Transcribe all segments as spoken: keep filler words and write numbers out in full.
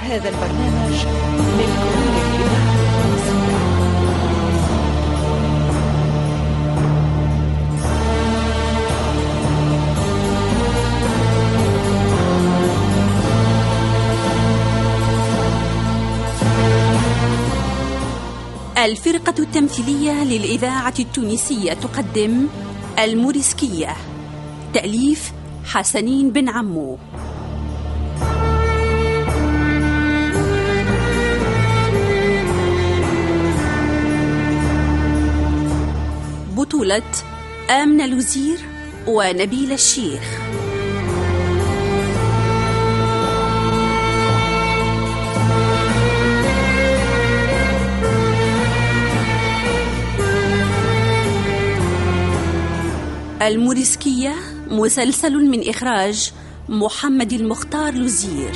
هذا البرنامج ملك للإذاعة التونسية. الفرقة التمثيلية للإذاعة التونسية تقدم الموريسكية، تأليف حسنين بن عمو. بطولة آمنة لوزير ونبيل الشيخ. الموريسكية مسلسل من إخراج محمد المختار لوزير.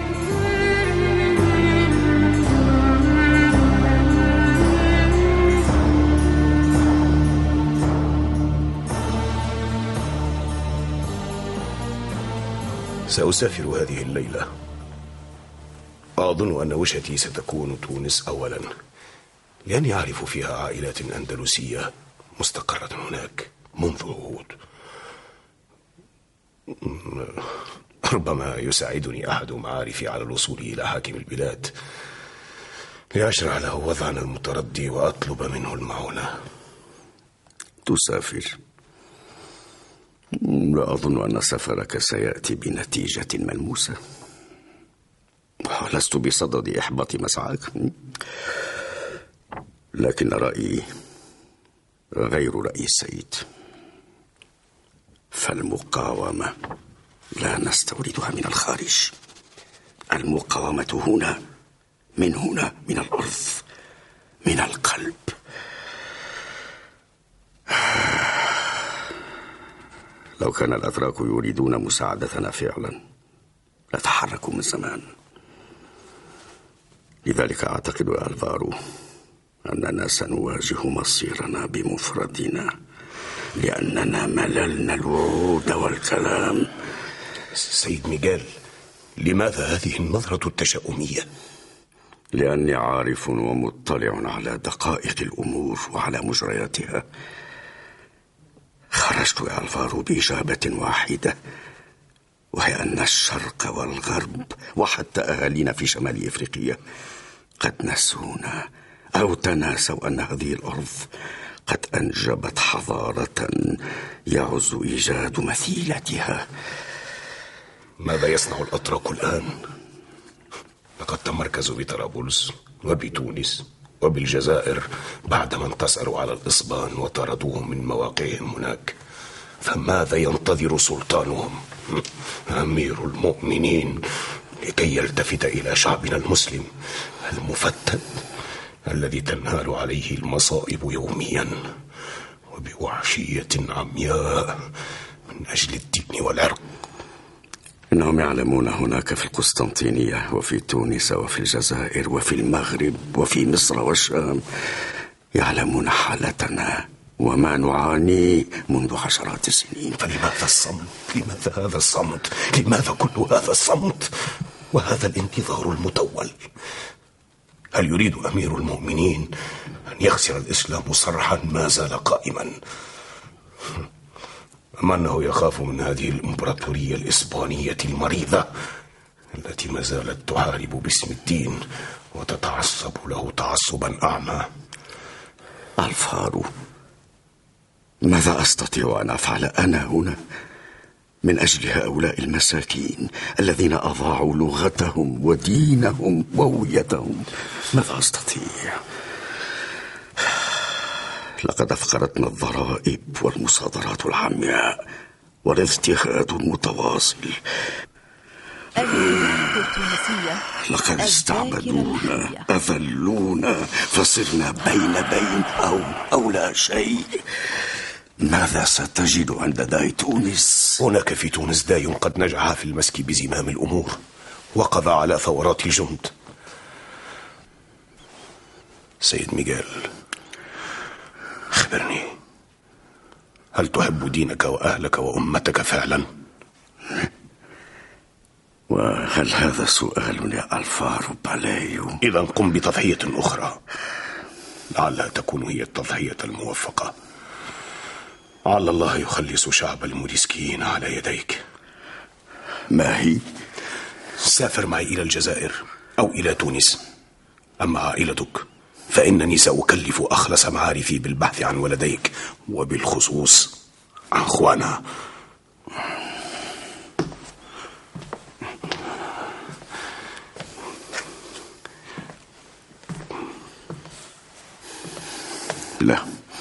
سأسافر هذه الليلة. أظن أن وجهتي ستكون تونس أولا، لأني أعرف فيها عائلات أندلسية مستقرة هناك منذ عهود. ربما يساعدني أحد معارفي على الوصول إلى حاكم البلاد لأشرح له وضعنا المتردي وأطلب منه المعونة. تسافر؟ لا أظن أن سفرك سيأتي بنتيجة ملموسة. لست بصدد إحباط مسعاك، لكن رأيي غير رأي السيد. فالمقاومة لا نستوردها من الخارج، المقاومة هنا، من هنا، من الأرض، من القلب. لو كان الأتراك يريدون مساعدتنا فعلا لتحركوا من زمان. لذلك أعتقد يا ألفارو أننا سنواجه مصيرنا بمفردنا، لأننا مللنا الوعود والكلام. سيد ميغيل، لماذا هذه النظرة التشاؤمية؟ لأني عارف ومطلع على دقائق الأمور وعلى مجرياتها. خرجت يا ألفارو بإجابة واحدة، وهي أن الشرق والغرب وحتى أهالينا في شمال إفريقيا قد نسونا أو تناسوا أن هذه الأرض قد أنجبت حضارة يعز إيجاد مثيلتها. ماذا يصنع الأتراك الآن؟ لقد تمركزوا بطرابلس وبتونس وبالجزائر بعدما انتصروا على الإسبان وطردوهم من مواقعهم هناك. فماذا ينتظر سلطانهم أمير المؤمنين لكي يلتفت إلى شعبنا المسلم المفتت الذي تنهال عليه المصائب يوميا وبوحشية عمياء من أجل الدين والعرق؟ إنهم يعلمون هناك في القسطنطينية وفي تونس وفي الجزائر وفي المغرب وفي مصر والشام، يعلمون حالتنا وما نعانيه منذ عشرات السنين. فلماذا الصمت؟ لماذا هذا الصمت؟ لماذا كل هذا الصمت وهذا الانتظار المطول؟ هل يريد أمير المؤمنين أن يخسر الإسلام صرحا ما زال قائما؟ أم أنه يخاف من هذه الإمبراطورية الإسبانية المريضة التي ما زالت تحارب باسم الدين وتتعصب له تعصبا أعمى؟ ألفارو، ماذا أستطيع أن أفعل أنا هنا من أجل هؤلاء المساكين الذين أضاعوا لغتهم ودينهم وهويتهم؟ ماذا أستطيع؟ لقد أفقرتنا الضرائب والمصادرات العمياء والاضطهاد المتواصل. لقد استعبدونا، أذلونا، فصرنا بين بين أو أو لا شيء. ماذا ستجد عند داي تونس؟ هناك في تونس داي قد نجح في المسك بزمام الأمور وقضى على ثورات الجند. سيد ميغيل، أخبرني، هل تحب دينك وأهلك وأمتك فعلا؟ وهل هذا سؤال يا ألفارو بالايو؟ إذا قم بتضحية أخرى، لعلها تكون هي التضحية الموفقة. لعل الله يخلص شعب الموريسكيين على يديك. ما هي؟ سافر معي إلى الجزائر أو إلى تونس. أما عائلتك فإنني سأكلف أخلص معارفي بالبحث عن ولديك، وبالخصوص عن خوانا. لا،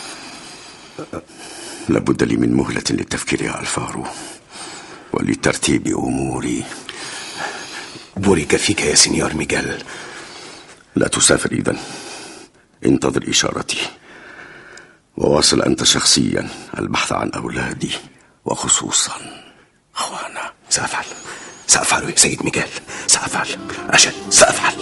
لابد لي من مهلة للتفكير يا ألفارو ولترتيب أموري. بورك فيك يا سينيور ميغيل. لا تسافر إذن، انتظر إشارتي وواصل أنت شخصيا البحث عن أولادي وخصوصا خوانا. سأفعل سأفعل يا سيد ميغيل، سأفعل. أجل سأفعل.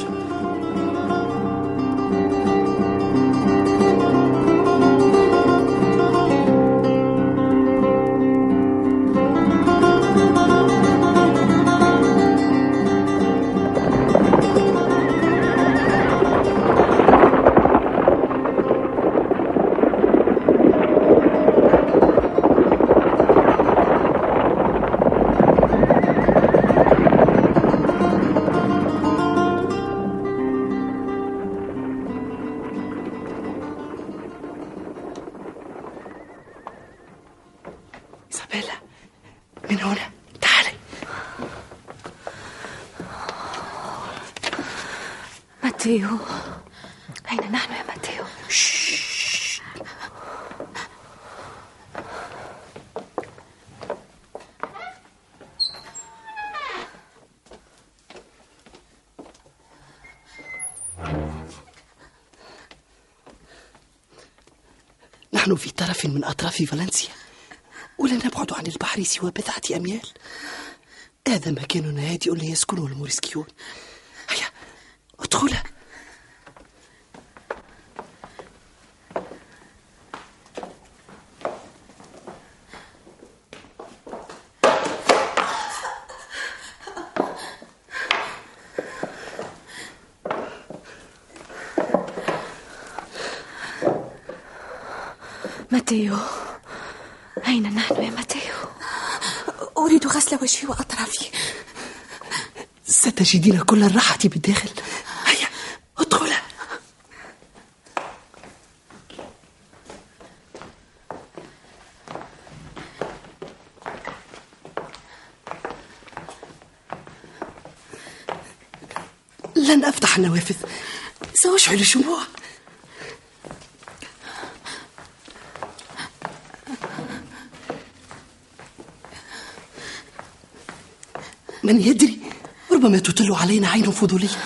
إيزابيلا، من هنا، تعالي. ماتيو، أين نحن يا ماتيو؟ شش. نحن في طرف من أطراف فالنسيا، ولا نبعد عن البحر سوى بضعة أميال. هذا مكان هادئ لا يسكنه الموريسكيون. هيا ادخلا. ماتيو، أين نحن يا ماتيو؟ أريد غسل وجهي وأطرافي. ستجدين كل الراحة بالداخل. هيا ادخلا. لن أفتح النوافذ، سأشعل الشموع. من يدري، ربما تطل علينا عين فضولية.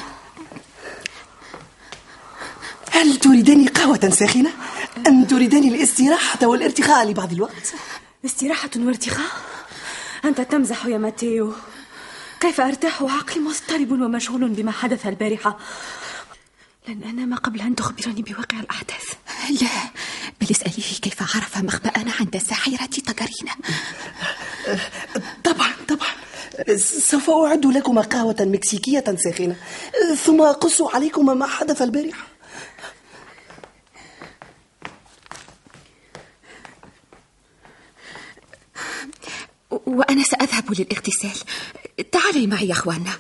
هل تريدني قهوة ساخنة أم تريدني الاستراحة والارتخاء لبعض الوقت؟ استراحة وارتخاء؟ أنت تمزح يا ماتيو. كيف أرتاح وعقلي مضطرب ومشغول بما حدث البارحة؟ لن أنام قبل أن تخبرني بواقع الأحداث. لا، بل اسأليه كيف عرف مخبأنا عند الساحرة تاغارينا. طبعا طبعا، سوف أعد لكما قهوة مكسيكية ساخنة، ثم أقص عليكما ما حدث البارحة. وأنا سأذهب للاغتسال. تعالي معي يا أخوانا.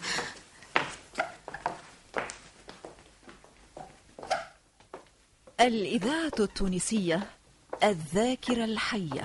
الإذاعة التونسية، الذاكرة الحية.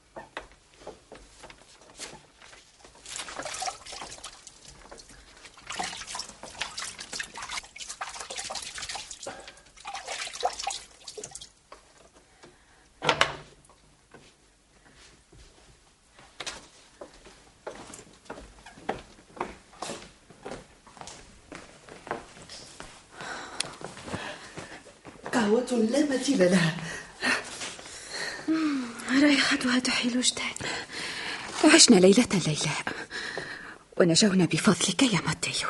قهوة لا مثيل لها. رائحتها تحيل وجدان. عشنا ليلة ليلى ونجونا بفضلك يا ماتيو.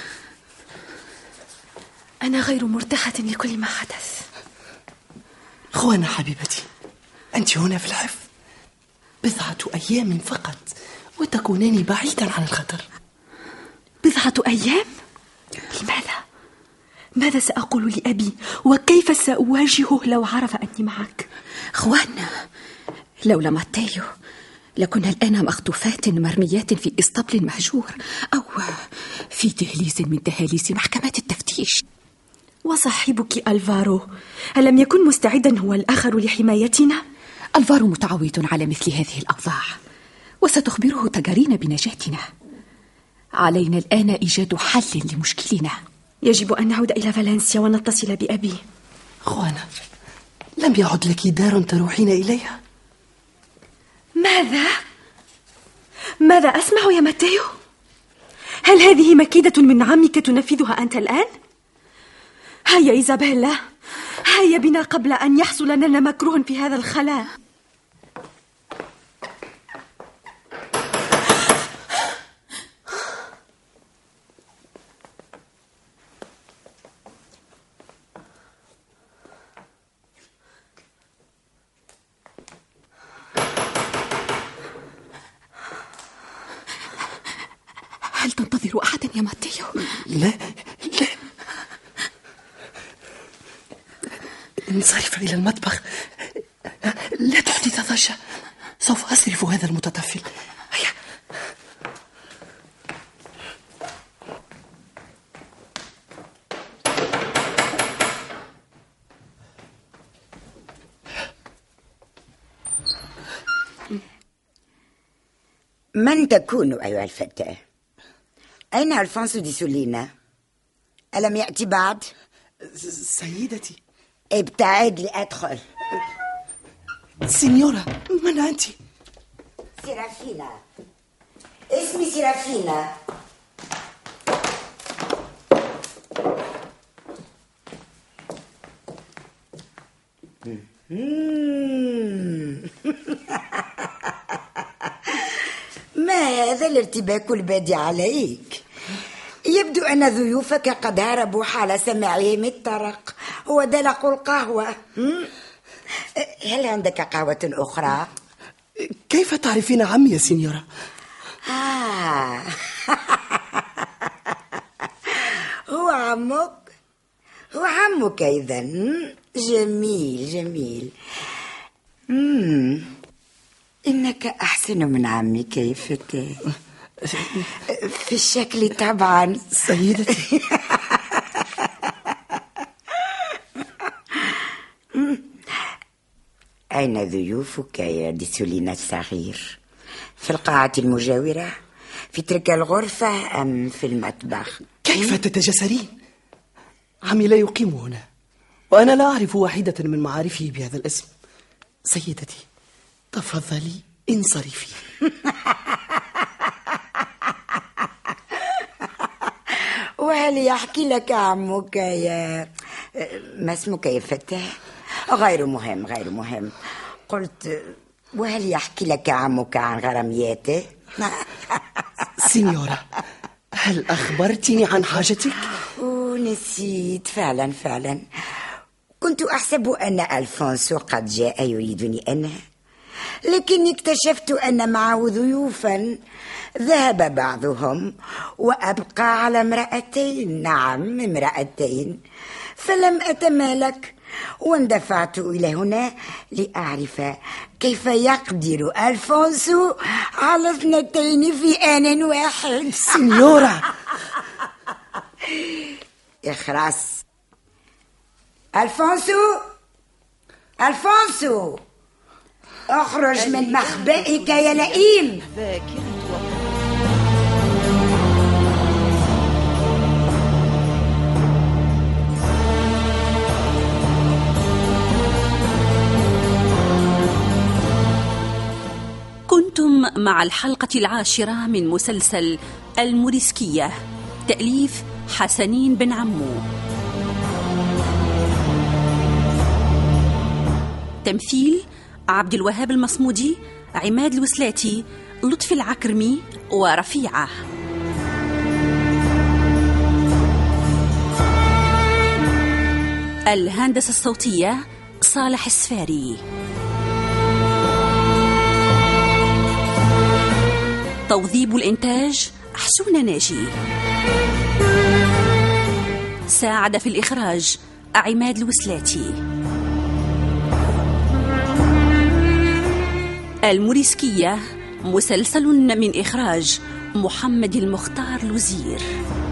أنا غير مرتاحة لكل ما حدث. خوانا حبيبتي، أنت هنا في الحفظ بضعة أيام فقط وتكونان بعيدا عن الخطر. بضعة أيام؟ لماذا؟ ماذا سأقول لأبي وكيف سأواجهه لو عرف أني معك؟ خوانا، لولا ماتيو لكنا الآن مخطوفات مرميات في إسطبل مهجور أو في دهليز من دهاليز محكمات التفتيش. وصاحبك ألفارو ألم يكن مستعدا هو الآخر لحمايتنا؟ ألفارو متعود على مثل هذه الأوضاع، وستخبره تجارين بنجاتنا. علينا الآن إيجاد حل لمشكلنا. يجب أن نعود إلى فالنسيا ونتصل بأبي. خوانا، لم يعد لك دار تروحين إليها؟ ماذا؟ ماذا أسمع يا ماتيو؟ هل هذه مكيدة من عمك تنفذها أنت الآن؟ هيا إيزابيلا، هيا بنا قبل أن يحصل لنا مكروه في هذا الخلاء. هل تنتظر أحدا يا ماتيو؟ لا لا، انصرف إلى المطبخ، لا تحدث ضجة، سوف أصرف هذا المتطفل. هيا. من تكون أيها الفتاة؟ أين ألفونسو دي سولينا؟ ألم يأتي بعد؟ سيدتي. ابتعد لأدخل. سينيورا، من أنت؟ سيرافينا، اسمي سيرافينا. ما هذا الارتباك البادي عليك؟ يبدو أن ضيوفك قد هربوا حال سماعهم الطرق ودلقوا القهوة. هل عندك قهوة أخرى؟ كيف تعرفين عمي يا سينيورا؟ آه. هو عمك؟ هو عمك إذن. جميل جميل. مم. إنك أحسن من عمك يا فتاة، في الشكل طبعا. سيدتي. أين ضيوفك يا دي سولينا الصغير؟ في القاعة المجاورة، في تلك الغرفة أم في المطبخ؟ كيف تتجسرين؟ عمي لا يقيم هنا، وأنا لا أعرف واحدة من معارفه بهذا الاسم. سيدتي، تفضلي انصرفي. وهل يحكي لك عمك يا ما اسمك يا فتاة؟ غير مهم غير مهم. قلت وهل يحكي لك عمك عن غرامياته؟ سينيورا، هل أخبرتني عن حاجتك؟ ونسيت فعلا فعلا. كنت أحسب أن ألفونسو قد جاء يريدني أنا، لكني اكتشفت أن معه ضيوفا، ذهب بعضهم وأبقى على امرأتين. نعم، امرأتين. فلم أتمالك واندفعت إلى هنا لأعرف كيف يقدر ألفونسو على اثنتين في آن واحد. سينيورا. اخرس. ألفونسو، ألفونسو، اخرج من مخبئك يا لئيم. كنتم مع الحلقة العاشرة من مسلسل الموريسكية، تأليف حسنين بن عمو، تمثيل عبد الوهاب المصمودي، عماد الوسلاتي، لطفي العكرمي ورفيعة. الهندسة الصوتية صالح السفاري. توظيب الإنتاج حسون ناجي. ساعد في الإخراج عماد الوسلاتي. الموريسكية مسلسل من إخراج محمد المختار لوزير.